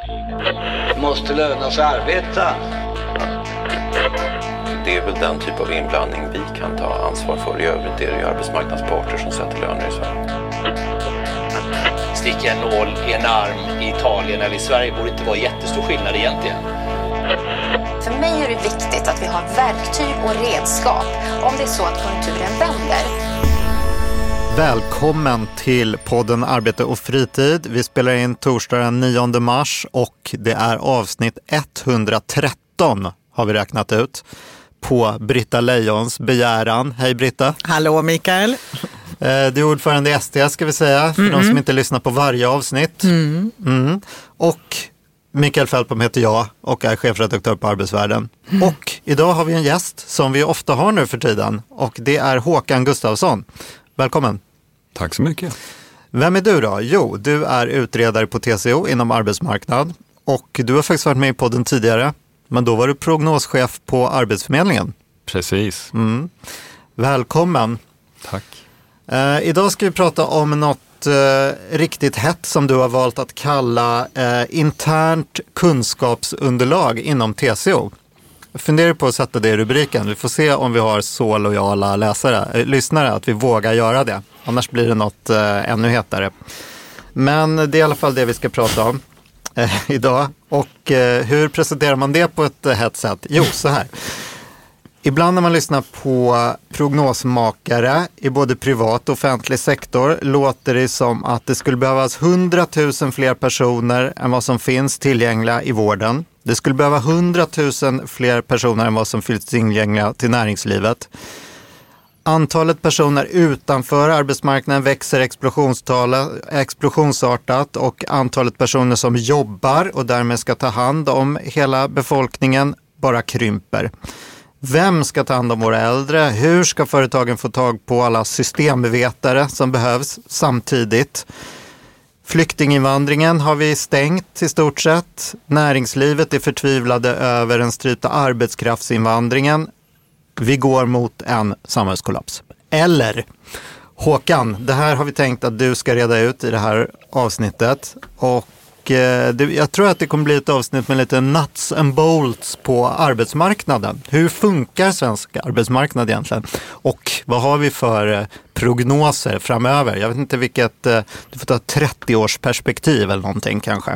Måste löna sig arbeta. Det är väl den typ av inblandning vi kan ta ansvar för. I övrigt är det ju arbetsmarknadsparter som sätter löner i Sverige. Sticka en nål i en arm i Italien eller i Sverige borde inte vara jättestor skillnad egentligen. För mig är det viktigt att vi har verktyg och redskap om det är så att konjunkturen vänder. Välkommen till podden Arbete och fritid. Vi spelar in torsdag den 9 mars och det är avsnitt 113 har vi räknat ut på Britta Lejons begäran. Hej Britta. Hallå Mikael. Du är ordförande i SD ska vi säga, för de som inte lyssnar på varje avsnitt. Och Mikael Fältbom heter jag och är chefredaktör på Arbetsvärlden. Och idag har vi en gäst som vi ofta har nu för tiden och det är Håkan Gustafsson. Välkommen. Tack så mycket. Vem är du då? Jo, du är utredare på TCO inom arbetsmarknad och du har faktiskt varit med i podden tidigare, men då var du prognoschef på Arbetsförmedlingen. Precis. Välkommen. Tack. Idag ska vi prata om något riktigt hett som du har valt att kalla internt kunskapsunderlag inom TCO. Jag funderar på att sätta det i rubriken. Vi får se om vi har så lojala lyssnare att vi vågar göra det. Annars blir det något ännu hetare. Men det är i alla fall det vi ska prata om idag. Och hur presenterar man det på ett hett sätt? Jo, så här. Ibland när man lyssnar på prognosmakare i både privat och offentlig sektor låter det som att det skulle behövas 100 000 fler personer än vad som finns tillgängliga i vården. Det skulle behöva 100 000 fler personer än vad som finns tillgängliga till näringslivet. Antalet personer utanför arbetsmarknaden växer explosionsartat och antalet personer som jobbar och därmed ska ta hand om hela befolkningen bara krymper. Vem ska ta hand om våra äldre? Hur ska företagen få tag på alla systemvetare som behövs samtidigt? Flyktinginvandringen har vi stängt i stort sett. Näringslivet är förtvivlade över den strypta arbetskraftsinvandringen. Vi går mot en samhällskollaps. Eller, Håkan, det här har vi tänkt att du ska reda ut i det här avsnittet. Och jag tror att det kommer bli ett avsnitt med lite nuts and bolts på arbetsmarknaden. Hur funkar svensk arbetsmarknad egentligen? Och vad har vi för prognoser framöver? Jag vet inte vilket, du får ta 30 års perspektiv eller någonting kanske.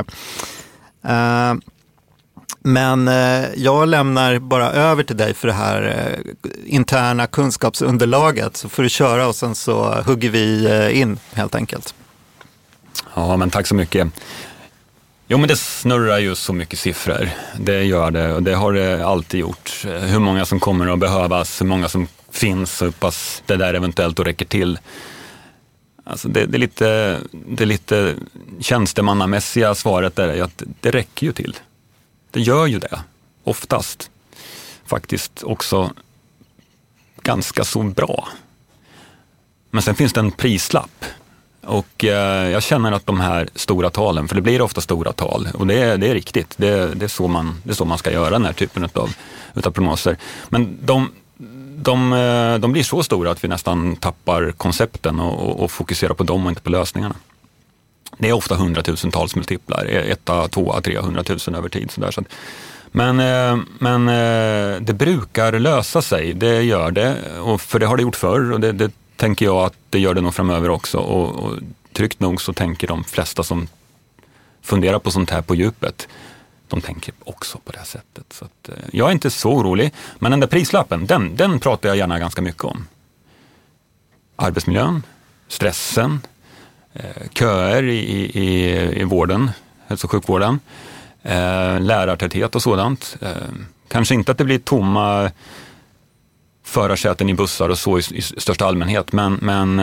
Men jag lämnar bara över till dig för det här interna kunskapsunderlaget. Så får du köra och sen så hugger vi in helt enkelt. Ja, men tack så mycket. Jo, men det snurrar ju så mycket siffror. Det gör det och det har det alltid gjort. Hur många som kommer att behövas, hur många som finns och hur pass det där eventuellt och räcker till. Alltså det är lite tjänstemannamässiga svaret där är att det räcker ju till. Det gör ju det, oftast. Faktiskt också ganska så bra. Men sen finns det en prislapp. Och jag känner att de här stora talen, för det blir ofta stora tal och det är riktigt, det är så man ska göra den här typen utav prognoser. Men de blir så stora att vi nästan tappar koncepten och fokuserar på dem och inte på lösningarna. Det är ofta 100 000-tals multiplar, 1, 2, 300 000 över tid. Sådär. Men det brukar lösa sig, det gör det, och för det har det gjort förr och det tänker jag att det gör det nog framöver också och tryggt nog så tänker de flesta som funderar på sånt här på djupet, de tänker också på det här sättet. Så att, jag är inte så orolig, men den där prislappen, den pratar jag gärna ganska mycket om. Arbetsmiljön, stressen, köer i vården, hälso- och sjukvården, lärartäthet och sådant. Kanske inte att det blir tomma förarsäten i bussar och så i största allmänhet, men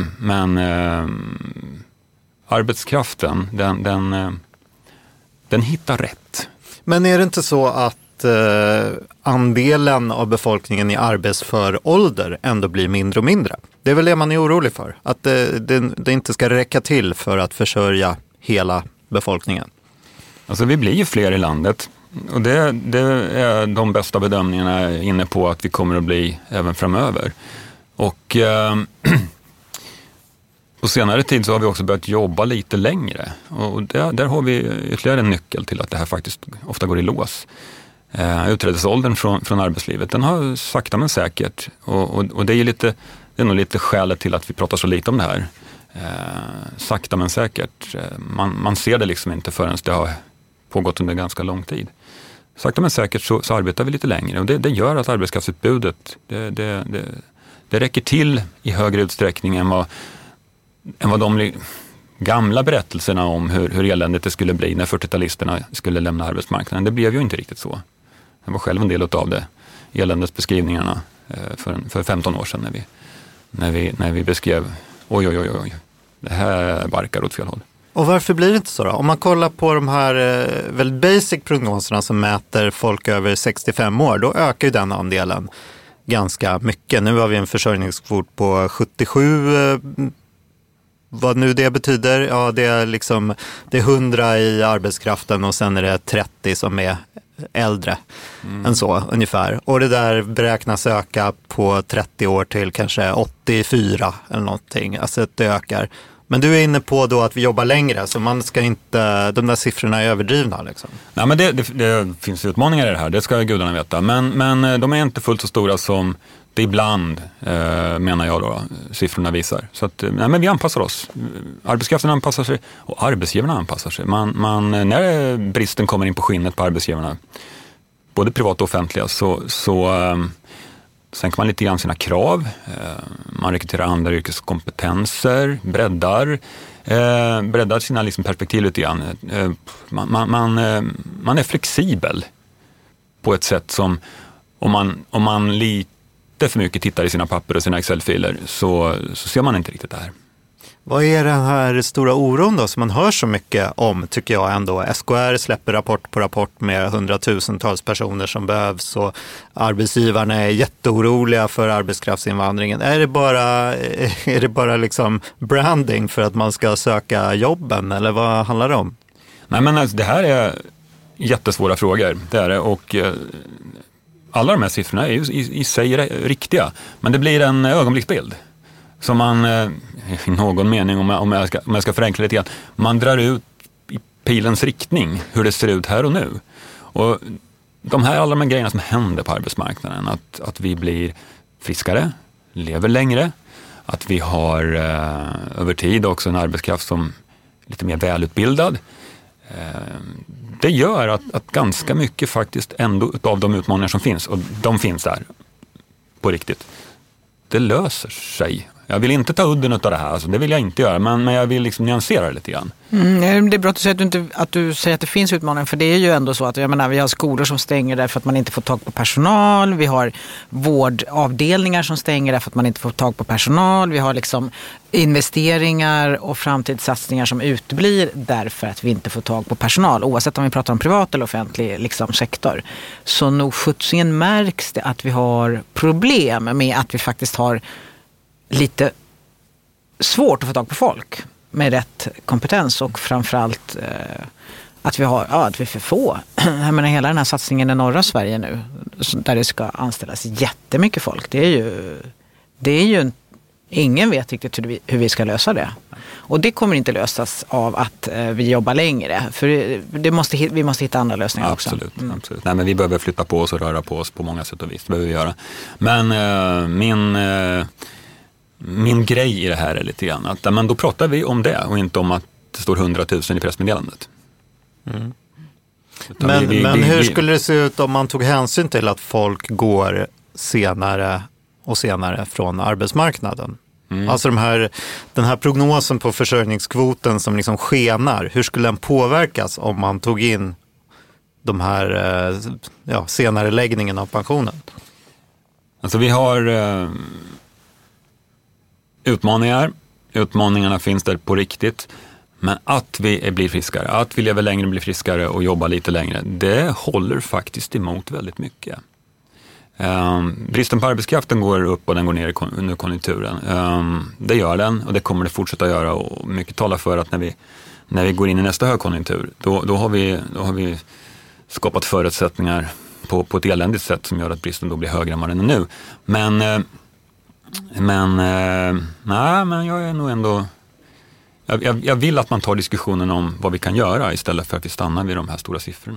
arbetskraften den hittar rätt. Men är det inte så att andelen av befolkningen i arbetsför ålder ändå blir mindre och mindre? Det är väl det man är orolig för, att det inte ska räcka till för att försörja hela befolkningen. Alltså vi blir ju fler i landet. Och det är de bästa bedömningarna inne på att vi kommer att bli även framöver. Och på senare tid så har vi också börjat jobba lite längre. Och där har vi ytterligare en nyckel till att det här faktiskt ofta går i lås. Utträdesåldern från arbetslivet, den har sakta men säkert. Och det är nog lite skälet till att vi pratar så lite om det här. Sakta men säkert. Man ser det liksom inte förrän det har pågått under ganska lång tid. Sakta men säkert så arbetar vi lite längre. Och det gör att arbetskraftsutbudet det räcker till i högre utsträckning än vad de gamla berättelserna om hur eländigt det skulle bli när 40-talisterna skulle lämna arbetsmarknaden. Det blev ju inte riktigt så. Jag var själv en del av det. Eländesbeskrivningarna för 15 år sedan när vi beskrev oj, det här barkar åt fel håll. Och varför blir det inte så då? Om man kollar på de här väldigt basic prognoserna som mäter folk över 65 år, då ökar ju den andelen ganska mycket. Nu har vi en försörjningskvot på 77, vad nu det betyder. Ja, det är 100 i arbetskraften och sen är det 30 som är äldre än så ungefär. Och det där beräknas öka på 30 år till kanske 84 eller någonting. Alltså det ökar. Men du är inne på då att vi jobbar längre, så man ska inte, de där siffrorna är överdrivna liksom. Nej, men det finns utmaningar i det här, det ska gudarna veta. Men de är inte fullt så stora som det ibland, menar jag då, siffrorna visar. Så att, nej, men vi anpassar oss. Arbetskraften anpassar sig och arbetsgivarna anpassar sig. När bristen kommer in på skinnet på arbetsgivarna, både privata och offentliga, så sänker man lite grann sina krav. Man rekryterar andra yrkeskompetenser, breddar sina liksom perspektiv lite grann. Man är flexibel på ett sätt som om man lite för mycket tittar i sina papper och sina Excel-filer så ser man inte riktigt det här. Vad är den här stora oron då som man hör så mycket om, tycker jag ändå? SKR släpper rapport på rapport med 100-tusentals personer som behövs och arbetsgivarna är jätteoroliga för arbetskraftsinvandringen. Är det bara liksom branding för att man ska söka jobben, eller vad handlar det om? Nej, men alltså, det här är jättesvåra frågor, det är det, och alla de här siffrorna är ju i sig riktiga, men det blir en ögonblicksbild. Så man, i någon mening, om jag ska förenkla lite grann, man drar ut i pilens riktning hur det ser ut här och nu. Och alla de här grejerna som händer på arbetsmarknaden, att vi blir friskare, lever längre, att vi har över tid också en arbetskraft som är lite mer välutbildad. Det gör att ganska mycket faktiskt ändå av de utmaningar som finns, och de finns där på riktigt, det löser sig. Jag vill inte ta udden av det här, alltså, det vill jag inte göra, men jag vill liksom nyansera det lite grann. Det är bra att du säger att det finns utmaningar, för det är ju ändå så att vi har skolor som stänger därför att man inte får tag på personal, vi har vårdavdelningar som stänger därför att man inte får tag på personal, vi har liksom investeringar och framtidssatsningar som uteblir därför att vi inte får tag på personal, oavsett om vi pratar om privat eller offentlig liksom, sektor. Så nog skjutsingen märks det att vi har problem med att vi faktiskt har lite svårt att få tag på folk med rätt kompetens, och framförallt att vi är för få. Jag menar, hela den här satsningen i norra Sverige nu, där det ska anställas jättemycket folk, det är ju ingen vet riktigt hur vi ska lösa det. Och det kommer inte lösas av att vi jobbar längre, för vi måste hitta andra lösningar också. Absolut. Nej, men vi behöver flytta på oss och röra på oss på många sätt och vis, det behöver vi göra. Men min grej i det här är lite grann att men då pratar vi om det och inte om att det står 100 000 i pressmeddelandet. Men hur skulle det se ut om man tog hänsyn till att folk går senare och senare från arbetsmarknaden? Alltså den här prognosen på försörjningskvoten som liksom skenar, hur skulle den påverkas om man tog in de här senare läggningen av pensionen? Alltså vi har utmaningarna finns där på riktigt, men att vi blir friskare, att vi lever längre, blir friskare och jobbar lite längre, det håller faktiskt emot väldigt mycket. Bristen på arbetskraften går upp och den går ner under konjunkturen. Det gör den, och det kommer det fortsätta göra, och mycket talar för att när vi går in i nästa högkonjunktur, då har vi skapat förutsättningar på ett eländigt sätt som gör att bristen då blir högre än vad den är nu. Men jag är nog ändå Jag vill att man tar diskussionen om vad vi kan göra istället för att vi stannar vid de här stora siffrorna.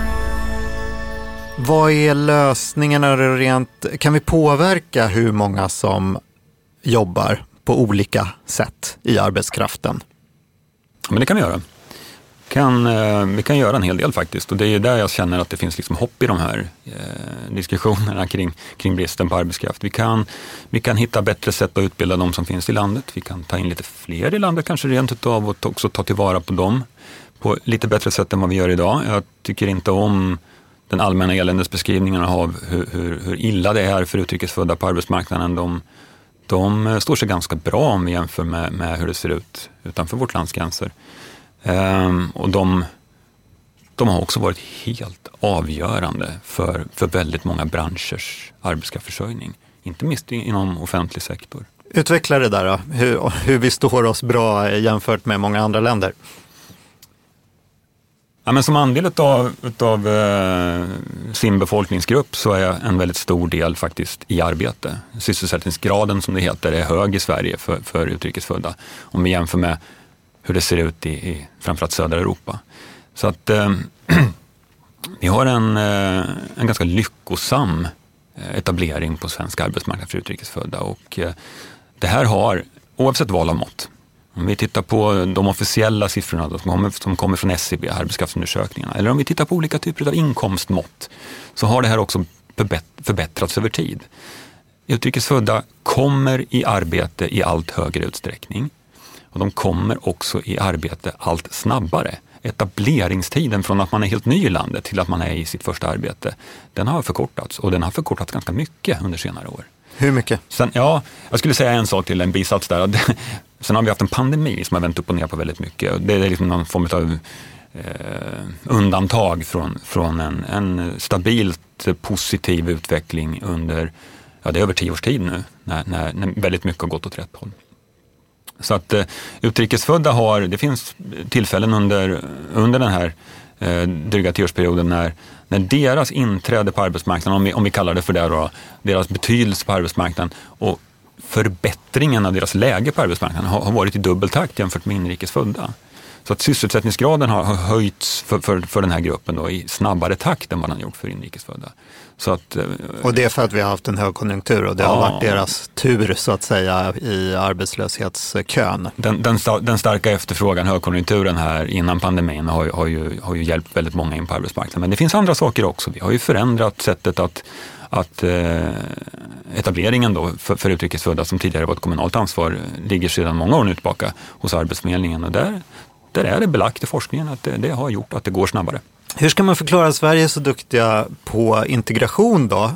Vad är lösningarna rent? Kan vi påverka hur många som jobbar på olika sätt i arbetskraften? Men det kan vi göra. Vi kan göra en hel del faktiskt, och det är där jag känner att det finns liksom hopp i de här diskussionerna kring bristen på arbetskraft. Vi kan hitta bättre sätt att utbilda de som finns i landet. Vi kan ta in lite fler i landet kanske rent utav och också ta tillvara på dem på lite bättre sätt än vad vi gör idag. Jag tycker inte om den allmänna eländesbeskrivningen av hur illa det är för utrikesfödda på arbetsmarknaden. De står sig ganska bra om vi jämför med hur det ser ut utanför vårt lands gränser. Och de har också varit helt avgörande för väldigt många branschers arbetskraftsförsörjning. Inte minst inom offentlig sektor. Utveckla det där då, hur vi står oss bra jämfört med många andra länder. Ja, men som andel utav sin befolkningsgrupp så är en väldigt stor del faktiskt i arbete. Sysselsättningsgraden som det heter är hög i Sverige för utrikesfödda om vi jämför med hur det ser ut i framförallt södra Europa. Så att vi har en ganska lyckosam etablering på svensk arbetsmarknad för utrikesfödda, och det här har, oavsett val av mått, om vi tittar på de officiella siffrorna som kommer från SCB, arbetskraftsundersökningarna, eller om vi tittar på olika typer av inkomstmått, så har det här också förbättrats över tid. Utrikesfödda kommer i arbete i allt högre utsträckning. Och de kommer också i arbete allt snabbare. Etableringstiden från att man är helt ny i landet till att man är i sitt första arbete, den har förkortats, och den har förkortats ganska mycket under senare år. Hur mycket? Sen, jag skulle säga en sak till, en bisats där. Sen har vi haft en pandemi som har vänt upp och ner på väldigt mycket. Det är liksom någon form av undantag från en stabilt positiv utveckling under, det är över 10 års tid nu, när väldigt mycket har gått åt rätt håll. Så att utrikesfödda det finns tillfällen under den här dryga 10-årsperioden när deras inträde på arbetsmarknaden, om vi kallar det för det då, deras betydelse på arbetsmarknaden och förbättringen av deras läge på arbetsmarknaden har varit i dubbeltakt jämfört med inrikesfödda. Så att sysselsättningsgraden har höjts för den här gruppen då i snabbare takt än vad den har gjort för inrikesfödda. Så att, och det är för att vi har haft en högkonjunktur och det har varit deras tur så att säga i arbetslöshetskön. Den starka efterfrågan, högkonjunkturen här innan pandemin har ju hjälpt väldigt många in på arbetsmarknaden. Men det finns andra saker också. Vi har ju förändrat sättet att etableringen då för utrikesfödda som tidigare var ett kommunalt ansvar ligger sedan många år nu tillbaka hos Arbetsförmedlingen, och där är det belagt i forskningen att det har gjort att det går snabbare. Hur ska man förklara att Sverige är så duktiga på integration då?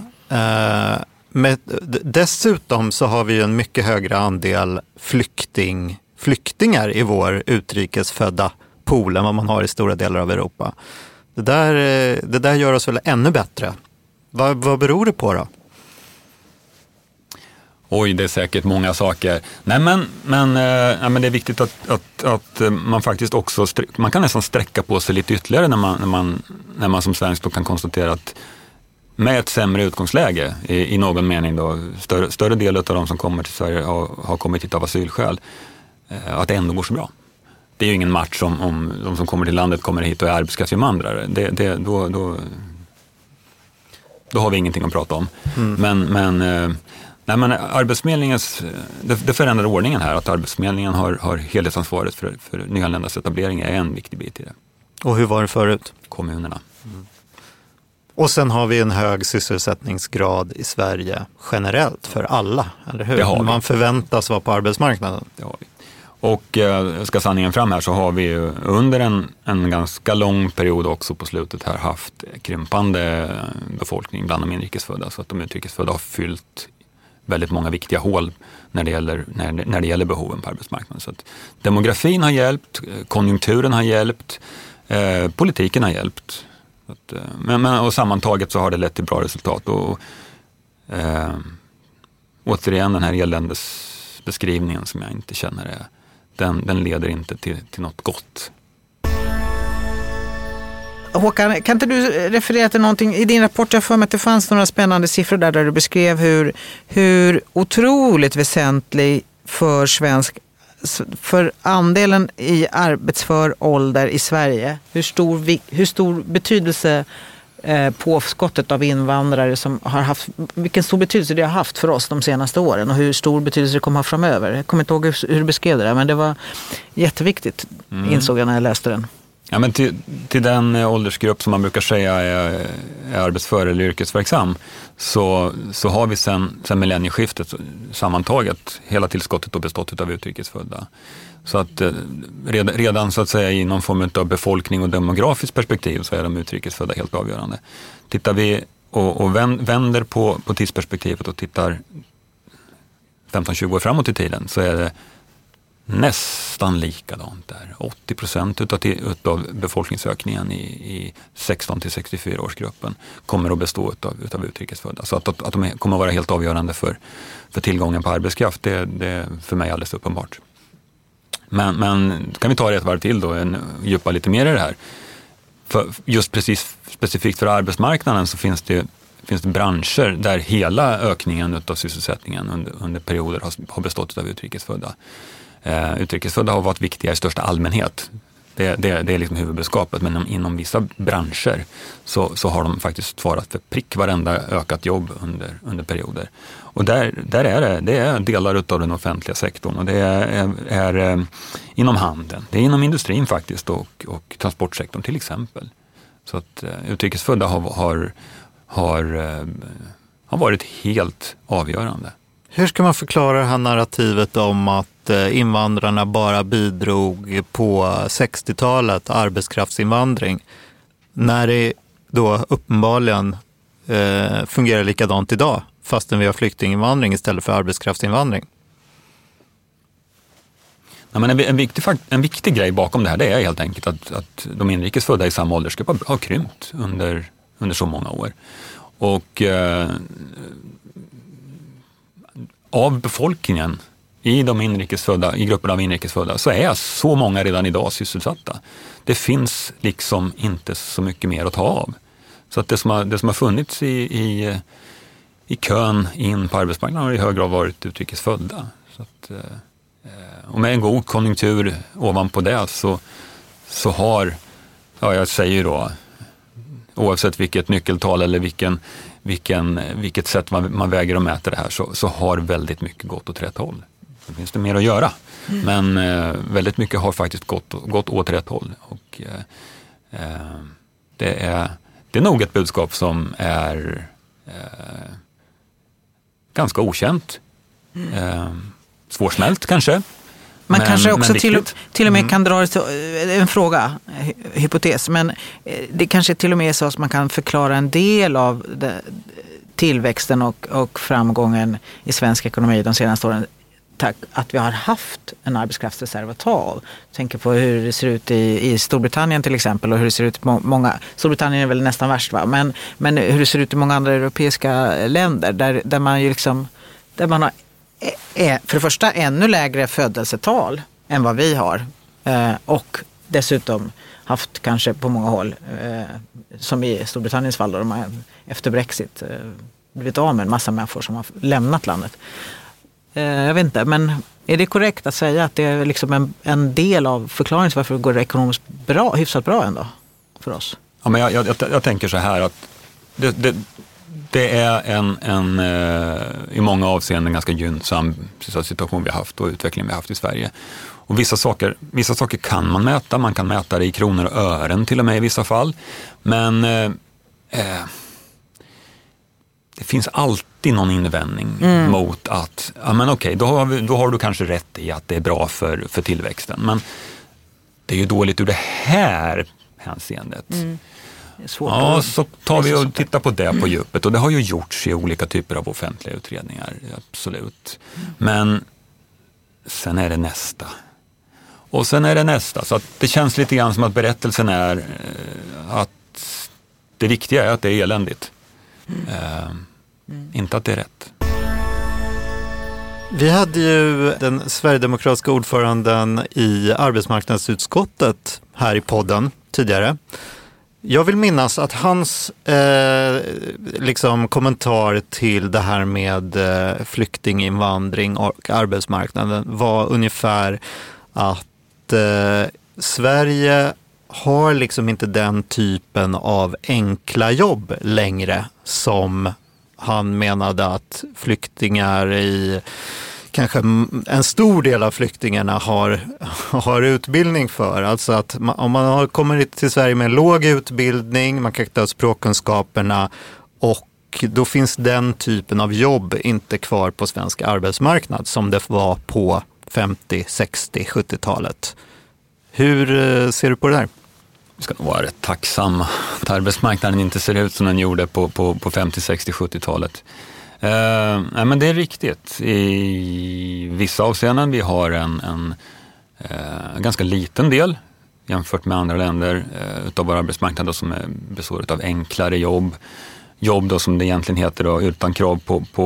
Dessutom så har vi en mycket högre andel flyktingar i vår utrikesfödda pool än vad man har i stora delar av Europa. Det där gör oss väl ännu bättre. Vad beror det på då? Oj, det är säkert många saker. Nej, men det är viktigt att man faktiskt också, man kan nästan sträcka på sig lite ytterligare när man som svensk då kan konstatera att med ett sämre utgångsläge i någon mening då, större del av de som kommer till Sverige har kommit hit av asylskäl, att det ändå går så bra. Det är ju ingen match om de som kommer till landet kommer hit och är arbetskraftsinvandrare. Då har vi ingenting att prata om. Men Arbetsförmedlingens, det förändrade ordningen här, att Arbetsförmedlingen har helhetsansvaret för nyanländas etablering är en viktig bit i det. Och hur var det förut? Kommunerna. Och sen har vi en hög sysselsättningsgrad i Sverige generellt för alla, eller hur? Det har vi. Man förväntas vara på arbetsmarknaden. Det har vi. Och ska sanningen fram här så har vi ju under en ganska lång period också på slutet här haft krympande befolkning bland de inrikesfödda, så att de utrikesfödda har fyllt väldigt många viktiga hål när det gäller behoven på arbetsmarknaden. Så att demografin har hjälpt, konjunkturen har hjälpt, politiken har hjälpt. Och sammantaget så har det lett till bra resultat. Och återigen den här eländesbeskrivningen som jag inte känner den leder inte till något gott. Håkan, kan inte du referera till någonting i din rapport? Jag för mig att det fanns några spännande siffror där du beskrev hur otroligt väsentlig för för andelen i arbetsför ålder i Sverige, hur stor betydelse påskottet av invandrare som har haft, vilken stor betydelse det har haft för oss de senaste åren och hur stor betydelse det kommer ha framöver. Jag kommer inte ihåg hur du beskrev det där, men det var jätteviktigt, insåg jag när jag läste den. Ja, men till den åldersgrupp som man brukar säga är arbetsför eller yrkesverksam så har vi sen millennieskiftet sammantaget hela tillskottet då bestått av utrikesfödda. Så att redan så att säga i någon form av befolkning och demografiskt perspektiv så är de utrikesfödda helt avgörande. Tittar vi och vänder på tidsperspektivet och tittar 15-20 år framåt i tiden så är det nästan likadant där. 80% utav befolkningsökningen i 16-64-årsgruppen kommer att bestå utav utrikesfödda. Så att de kommer att vara helt avgörande för tillgången på arbetskraft, det är för mig alldeles uppenbart. Men kan vi ta det ett varv till då, djupa lite mer i det här. För just precis specifikt för arbetsmarknaden så finns det branscher där hela ökningen utav sysselsättningen under perioder har bestått av utrikesfödda. Utrikesfödda har varit viktiga i största allmänhet. Det är liksom huvudbudskapet, men inom vissa branscher så har de faktiskt svarat för prick varenda ökat jobb under perioder. Och det är delar utav den offentliga sektorn och det är inom handeln, det är inom industrin faktiskt och transportsektorn till exempel. Så att utrikesfödda har varit helt avgörande. Hur ska man förklara det här narrativet om att invandrarna bara bidrog på 60-talet, arbetskraftsinvandring, när det då uppenbarligen fungerar likadant idag, fastän vi har flyktinginvandring istället för arbetskraftsinvandring? Ja, men en viktig grej bakom det här, det är helt enkelt att de inrikesfödda i samma åldersgrupp har krympt under så många år. Och av befolkningen i grupper av inrikesfödda så är så många redan idag sysselsatta. Det finns liksom inte så mycket mer att ta av. Så att det som har funnits i kön in på arbetsmarknaden har i hög grad varit utrikesfödda. Så att, och med en god konjunktur ovanpå det så har, jag säger då, oavsett vilket nyckeltal eller vilket sätt man väger och mäter det här så har väldigt mycket gått åt rätt håll. Det finns det mer att göra. Men väldigt mycket har faktiskt gått åt rätt håll. Och det är nog ett budskap som är ganska okänt. Svårsmält kanske. Man kanske också till och med kan dra en fråga, hypotes, men det kanske till och med är så att man kan förklara en del av tillväxten och framgången i svensk ekonomi de senaste åren tack att vi har haft en arbetskraftsreserv att ta av. Jag tänker på hur det ser ut i Storbritannien till exempel och hur det ser ut i många, Storbritannien är väl nästan värst va, men hur det ser ut i många andra europeiska länder där man ju liksom, där man har för det första ännu lägre födelsetal än vad vi har och dessutom haft kanske på många håll som i Storbritanniens fall då de har efter Brexit blivit av med en massa människor som har lämnat landet. Jag vet inte, men är det korrekt att säga att det är liksom en del av förklaringen till varför det går ekonomiskt bra, hyfsat bra ändå för oss? Ja, men jag tänker så här att det är en i många avseenden ganska gynnsam situation vi har haft och utveckling vi har haft i Sverige. Och vissa saker kan man kan mäta det i kronor och ören till och med i vissa fall. Men det finns alltid någon invändning mot att, ja men okej, då har du kanske rätt i att det är bra för tillväxten. Men det är ju dåligt ur det här hänseendet. Ja, så tar vi och tittar på det på djupet och det har ju gjorts i olika typer av offentliga utredningar, absolut. Men sen är det nästa. Och sen är det nästa. Så att det känns lite grann som att berättelsen är att det viktiga är att det är eländigt. Inte att det är rätt. Vi hade ju den sverigedemokratiska ordföranden i arbetsmarknadsutskottet här i podden tidigare. Jag vill minnas att hans liksom kommentar till det här med flyktinginvandring och arbetsmarknaden var ungefär att Sverige har liksom inte den typen av enkla jobb längre som han menade att flyktingar i kanske en stor del av flyktingarna har utbildning för. Alltså att om man kommer till Sverige med en låg utbildning, man kan ta språkkunskaperna och då finns den typen av jobb inte kvar på svensk arbetsmarknad som det var på 50, 60, 70-talet. Hur ser du på det här? Vi ska nog vara rätt tacksamma att arbetsmarknaden inte ser ut som den gjorde på 50, 60, 70-talet. Nej, men det är riktigt. I vissa avseenden vi har en ganska liten del jämfört med andra länder utav vår arbetsmarknad då, som består av enklare jobb då, som det egentligen heter då, utan krav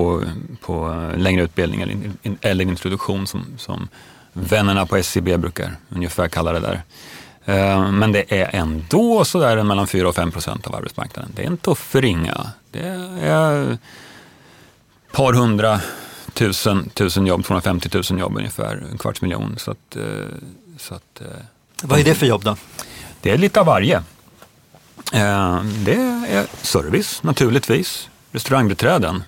på längre utbildning eller introduktion som vännerna på SCB brukar ungefär kalla det där. Men det är ändå sådär mellan 4-5% av arbetsmarknaden. Det är inte att förringa. Det är par 100 000 jobb, 250 000 jobb ungefär, 250 000. Vad är det för jobb då? Det är lite av varje. Det är service naturligtvis. Restaurangbiträden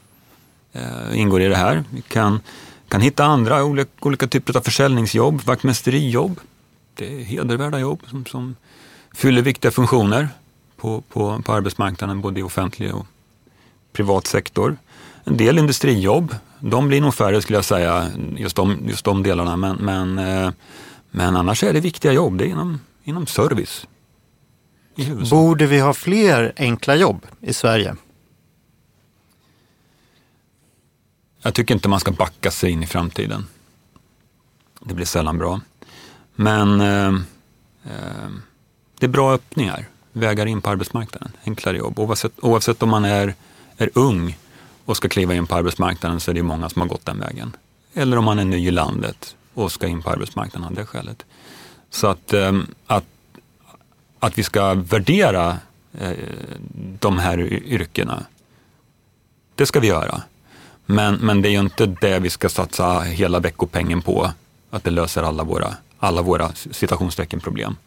ingår i det här. Vi kan hitta andra olika typer av försäljningsjobb, vaktmästerijobb. Det är hedervärda jobb som fyller viktiga funktioner på arbetsmarknaden, både i offentlig och privat sektor. En del industrijobb, de blir nog färre skulle jag säga, just de delarna. Men annars är det viktiga jobb, det är inom service. Borde vi ha fler enkla jobb i Sverige? Jag tycker inte man ska backa sig in i framtiden. Det blir sällan bra. Men det är bra öppningar, vägar in på arbetsmarknaden, enklare jobb. Oavsett om man är ung och ska kliva in på arbetsmarknaden så är det många som har gått den vägen. Eller om man är ny i landet och ska in på arbetsmarknaden av det skälet. Så att vi ska värdera de här yrkena, det ska vi göra. Men det är ju inte det vi ska satsa hela veckopengen på, att det löser alla våra citationstecken problem.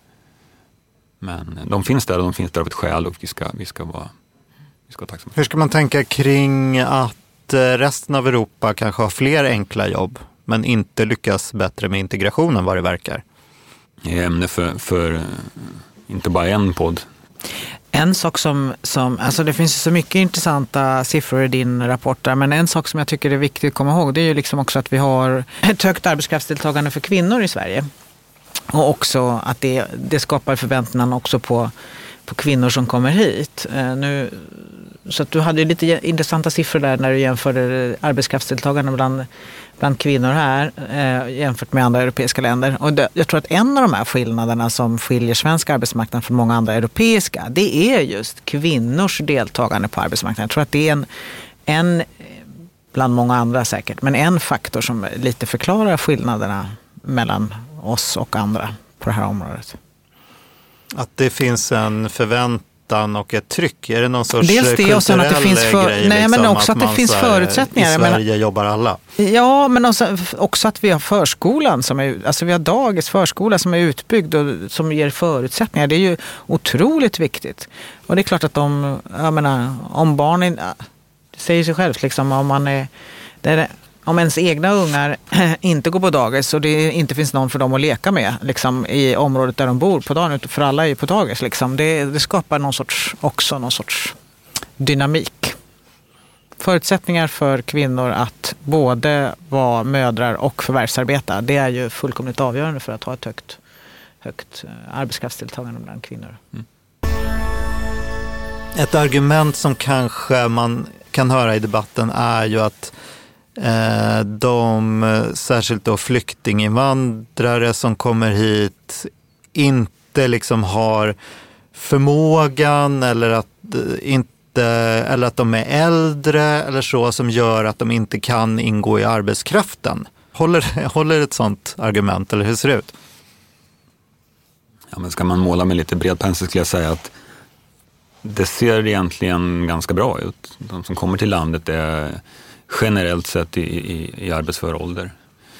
Men de finns där och de finns där av ett skäl och vi ska vara tacksamma. Hur ska man tänka kring att resten av Europa kanske har fler enkla jobb men inte lyckas bättre med integrationen vad det verkar? Det är ämne för inte bara en podd. En sak som alltså det finns så mycket intressanta siffror i din rapport där, men en sak som jag tycker är viktigt att komma ihåg, det är ju liksom också att vi har ett högt arbetskraftsdeltagande för kvinnor i Sverige. Och också att det skapar förväntningar också på kvinnor som kommer hit. Så att du hade lite intressanta siffror där när du jämförde arbetskraftsdeltagande bland kvinnor här jämfört med andra europeiska länder. Och jag tror att en av de här skillnaderna som skiljer svensk arbetsmarknad från många andra europeiska, det är just kvinnors deltagande på arbetsmarknaden. Jag tror att det är en bland många andra säkert, men en faktor som lite förklarar skillnaderna mellan oss och andra på det här området. Att det finns en förväntan och ett tryck. Är det någon sorts dels det och sen att det finns grej, men också att det finns förutsättningar. I Sverige jobbar alla. Ja, men också att vi har förskolan vi har dagis förskola som är utbyggd och som ger förutsättningar. Det är ju otroligt viktigt. Och det är klart att om barnen, det säger sig självt liksom, om ens egna ungar inte går på dagis och det inte finns någon för dem att leka med liksom, i området där de bor på dagen, för alla är på dagis. Liksom. Det skapar någon sorts dynamik. Förutsättningar för kvinnor att både vara mödrar och förvärvsarbeta, det är ju fullkomligt avgörande för att ha ett högt arbetskraftsdeltagande bland kvinnor. Mm. Ett argument som kanske man kan höra i debatten är ju att särskilt då flyktinginvandrare som kommer hit inte liksom har förmågan eller att de är äldre eller så som gör att de inte kan ingå i arbetskraften. Håller ett sånt argument eller hur ser det ut? Ja, men ska man måla med lite bred pensel skulle jag säga att det ser egentligen ganska bra ut. De som kommer till landet är generellt sett i arbetsför ålder.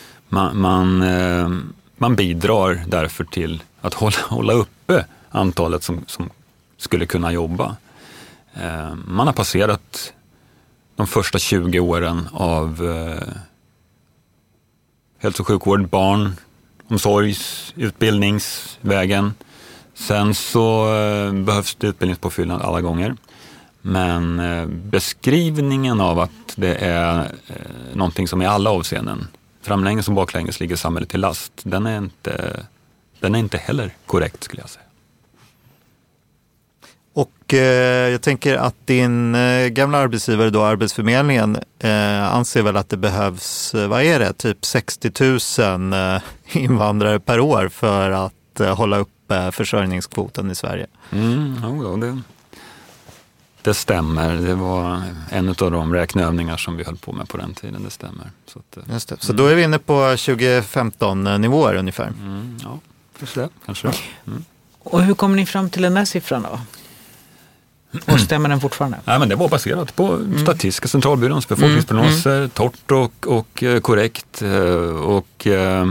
Man bidrar därför till att hålla uppe antalet som skulle kunna jobba. Man har passerat de första 20 åren av hälso- och sjukvård, barn, omsorgs, utbildningsvägen. Sen så behövs det utbildningspåfyllnad alla gånger. Men beskrivningen av att det är någonting som i alla avseenden, framlänges och baklänges, ligger samhället till last, den är inte heller korrekt, skulle jag säga. Och jag tänker att din gamla arbetsgivare då, Arbetsförmedlingen, anser väl att det behövs, vad är det, typ 60 000 invandrare per år för att hålla uppe försörjningskvoten i Sverige. Det stämmer. Det var en av de räkneövningar som vi höll på med på den tiden, det stämmer. Så, just det. Så då är vi inne på 2015-nivåer ungefär. Ja, kanske. Och hur kommer ni fram till den här siffran då? Och stämmer den fortfarande? Nej, men det var baserat på Statistiska centralbyråns befolkningsprognoser, torrt och korrekt. Och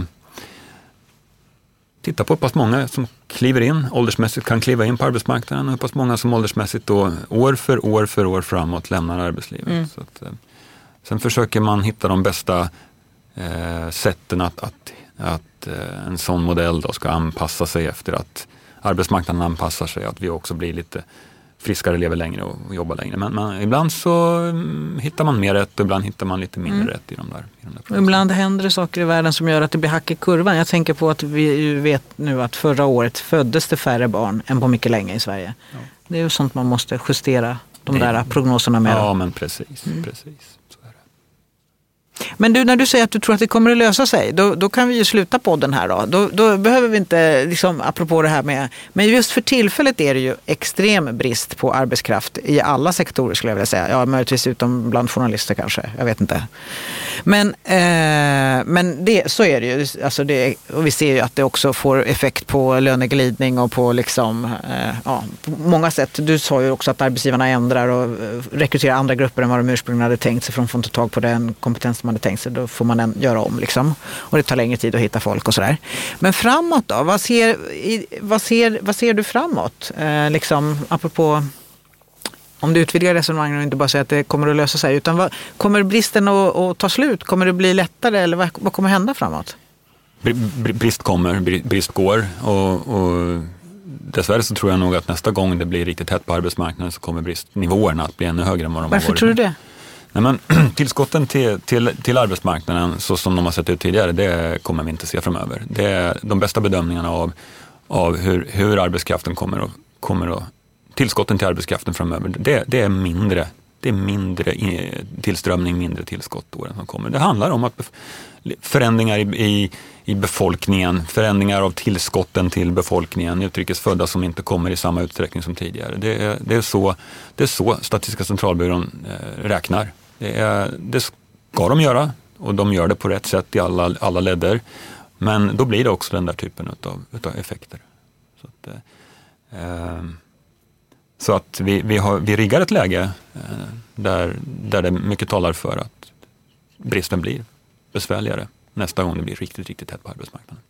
titta på hur pass många som kliver in, åldersmässigt kan kliva in på arbetsmarknaden, och hur pass många som åldersmässigt då år för år framåt lämnar arbetslivet. Så att, sen försöker man hitta de bästa sätten att en sån modell då ska anpassa sig efter att arbetsmarknaden anpassar sig, att vi också blir lite friskare, lever längre och jobbar längre. Men ibland så hittar man mer rätt och ibland hittar man lite mindre rätt i de där ibland händer det saker i världen som gör att det blir hack i kurvan. Jag tänker på att vi vet nu att förra året föddes det färre barn än på mycket länge i Sverige. Ja. Det är ju sånt man måste justera de där prognoserna med. Ja, men precis. Men du, när du säger att du tror att det kommer att lösa sig, då kan vi ju sluta podden här då. Då behöver vi inte, liksom, apropå det här med, men just för tillfället är det ju extrem brist på arbetskraft i alla sektorer, skulle jag vilja säga. Ja, möjligtvis utom bland journalister kanske, jag vet inte. Men så är det ju. Alltså och vi ser ju att det också får effekt på löneglidning och på liksom, på många sätt. Du sa ju också att arbetsgivarna ändrar och rekryterar andra grupper än vad de ursprungligen hade tänkt sig, för de får inte tag på den kompetens man hade tänkt sig. Då får man göra om liksom. Och det tar längre tid att hitta folk och sådär. Men framåt då? Vad ser du framåt? Liksom, apropå, om du utvidgar resonemangen och inte bara säger att det kommer att lösa sig, utan kommer bristen att ta slut? Kommer det bli lättare eller vad kommer hända framåt? Brist kommer, brist går och dessvärre så tror jag nog att nästa gång det blir riktigt hett på arbetsmarknaden så kommer bristnivåerna att bli ännu högre än vad de har varit. Varför tror du det? Nej, men tillskotten till arbetsmarknaden så som de har sett ut tidigare, det kommer vi inte se framöver. Det är de bästa bedömningarna av hur arbetskraften kommer att tillskotten till arbetskraften framöver. Det är mindre tillströmning, mindre tillskott åren som kommer. Det handlar om att förändringar i befolkningen, förändringar av tillskotten till befolkningen, utrikesfödda som inte kommer i samma utsträckning som tidigare. Det är så Statistiska centralbyrån räknar. Det ska de göra och de gör det på rätt sätt i alla ledder. Men då blir det också den där typen utav effekter. Så att vi riggar ett läge där det mycket talar för att bristen blir besvärligare nästa gång det blir riktigt, riktigt tätt på arbetsmarknaden.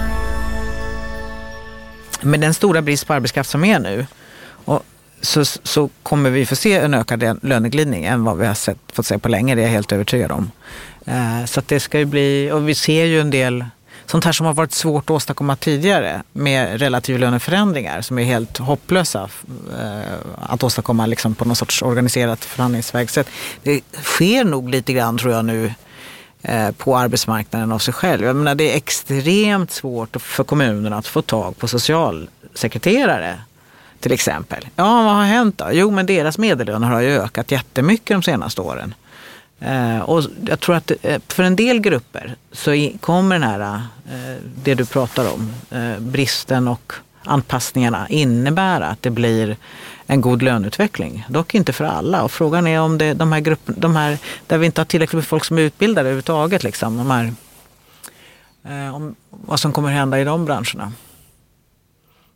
Med den stora brist på arbetskraft som är nu så kommer vi få se en ökad löneglidning än vad vi har fått se på länge, det är jag helt övertygad om. Så att det ska ju bli, och vi ser ju en del sånt här som har varit svårt att åstadkomma tidigare med relativa löneförändringar som är helt hopplösa att åstadkomma liksom på någon sorts organiserat förhandlingsverksätt. Det sker nog lite grann, tror jag nu, på arbetsmarknaden av sig själv. Jag menar, det är extremt svårt för kommunerna att få tag på socialsekreterare till exempel. Ja, vad har hänt då? Jo, men deras medellöner har ju ökat jättemycket de senaste åren. Och jag tror att för en del grupper så kommer den här, det du pratar om, bristen och anpassningarna innebära att det blir en god löneutveckling. Dock inte för alla. Och frågan är om de här där vi inte har tillräckligt med folk som är utbildade överhuvudtaget, liksom, om vad som kommer hända i de branscherna.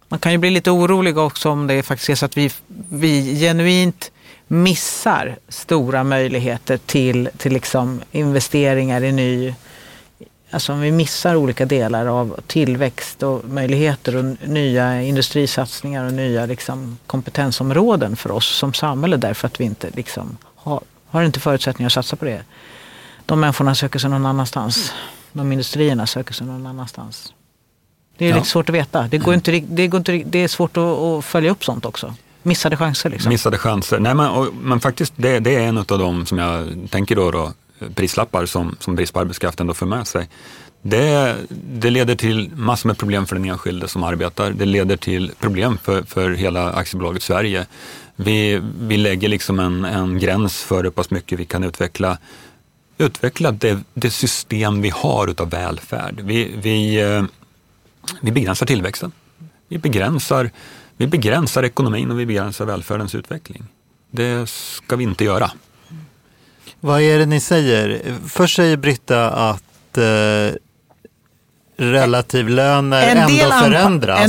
Man kan ju bli lite orolig också om det faktiskt är så att vi genuint missar stora möjligheter till liksom investeringar i ny... Alltså om vi missar olika delar av tillväxt och möjligheter och nya industrisatsningar och nya liksom kompetensområden för oss som samhälle därför att vi inte liksom har inte förutsättningar att satsa på det. De människorna söker sig någon annanstans. De industrierna söker sig någon annanstans. Det är lite svårt att veta. Det är svårt att följa upp sånt också. Missade chanser liksom. Missade chanser. Nej, men faktiskt det är en av dem som jag tänker då prislappar som brist på arbetskraft ändå för med sig. Det leder till massor med problem för den enskilde som arbetar. Det leder till problem för hela aktiebolaget Sverige. Vi lägger liksom en gräns för hur pass mycket vi kan utveckla det system vi har utav välfärd. Vi begränsar tillväxten. Vi begränsar ekonomin och vi begränsar välfärdens utveckling. Det ska vi inte göra. Vad är det ni säger? Först säger Britta att relativlöner ändå förändras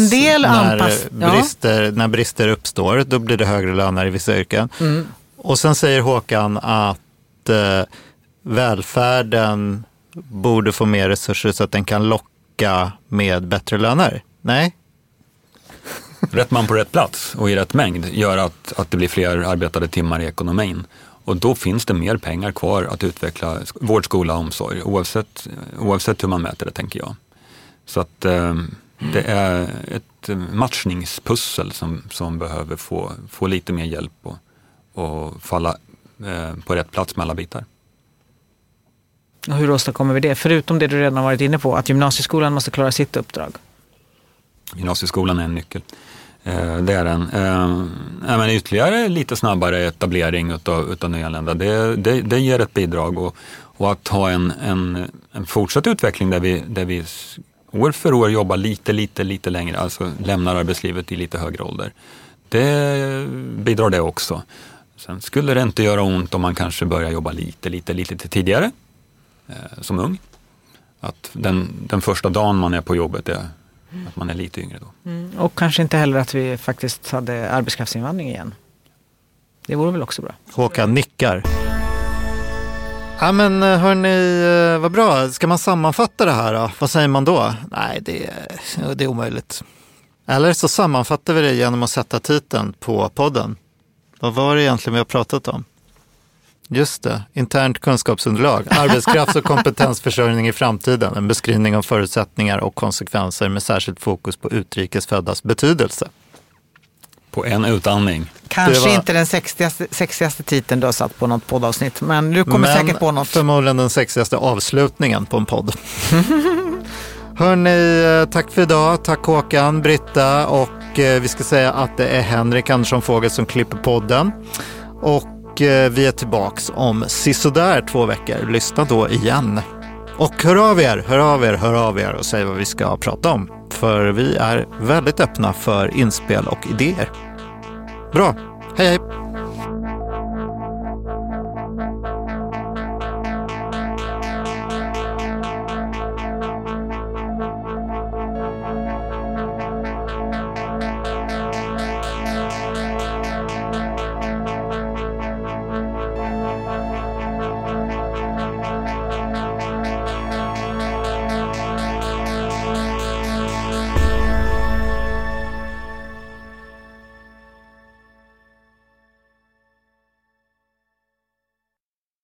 när brister uppstår. Då blir det högre löner i vissa yrken. Mm. Och sen säger Håkan att välfärden borde få mer resurser så att den kan locka med bättre löner. Nej? Rätt man på rätt plats och i rätt mängd gör att det blir fler arbetade timmar i ekonomin. Och då finns det mer pengar kvar att utveckla vård, skola och omsorg oavsett hur man mäter det, tänker jag. Så att det är ett matchningspussel som behöver få lite mer hjälp och falla på rätt plats med alla bitar. Och hur åstadkommer vi det? Förutom det du redan har varit inne på, att gymnasieskolan måste klara sitt uppdrag. Gymnasieskolan är en nyckel. Det är den. Men ytterligare lite snabbare etablering utav nyanlända. Det ger ett bidrag och att ha en fortsatt utveckling där vi år för år jobbar lite längre, alltså lämnar arbetslivet i lite högre ålder. Det bidrar det också. Sen skulle det inte göra ont om man kanske börjar jobba lite tidigare som ung. Att den första dagen man är på jobbet är att man är lite yngre då. Mm. Och kanske inte heller att vi faktiskt hade arbetskraftsinvandring igen. Det vore väl också bra. Håkan nickar. Ja men hörni, vad bra. Ska man sammanfatta det här då? Vad säger man då? Nej, det är omöjligt. Eller så sammanfattar vi det genom att sätta titeln på podden. Vad var det egentligen vi har pratat om? Just det, internt kunskapsunderlag, arbetskrafts- och kompetensförsörjning i framtiden, en beskrivning av förutsättningar och konsekvenser med särskilt fokus på utrikesföddas betydelse. På en utandning. Kanske inte den sexigaste titeln du har satt på något poddavsnitt, men du kommer säkert på något. Förmodligen den sexigaste avslutningen på en podd. Hörrni, tack för idag. Tack Håkan, Britta och vi ska säga att det är Henrik Andersson Fågel som klipper podden. Och vi är tillbaks om sisådär 2 veckor. Lyssna då igen. Och hör av er och säg vad vi ska prata om. För vi är väldigt öppna för inspel och idéer. Bra, hej hej!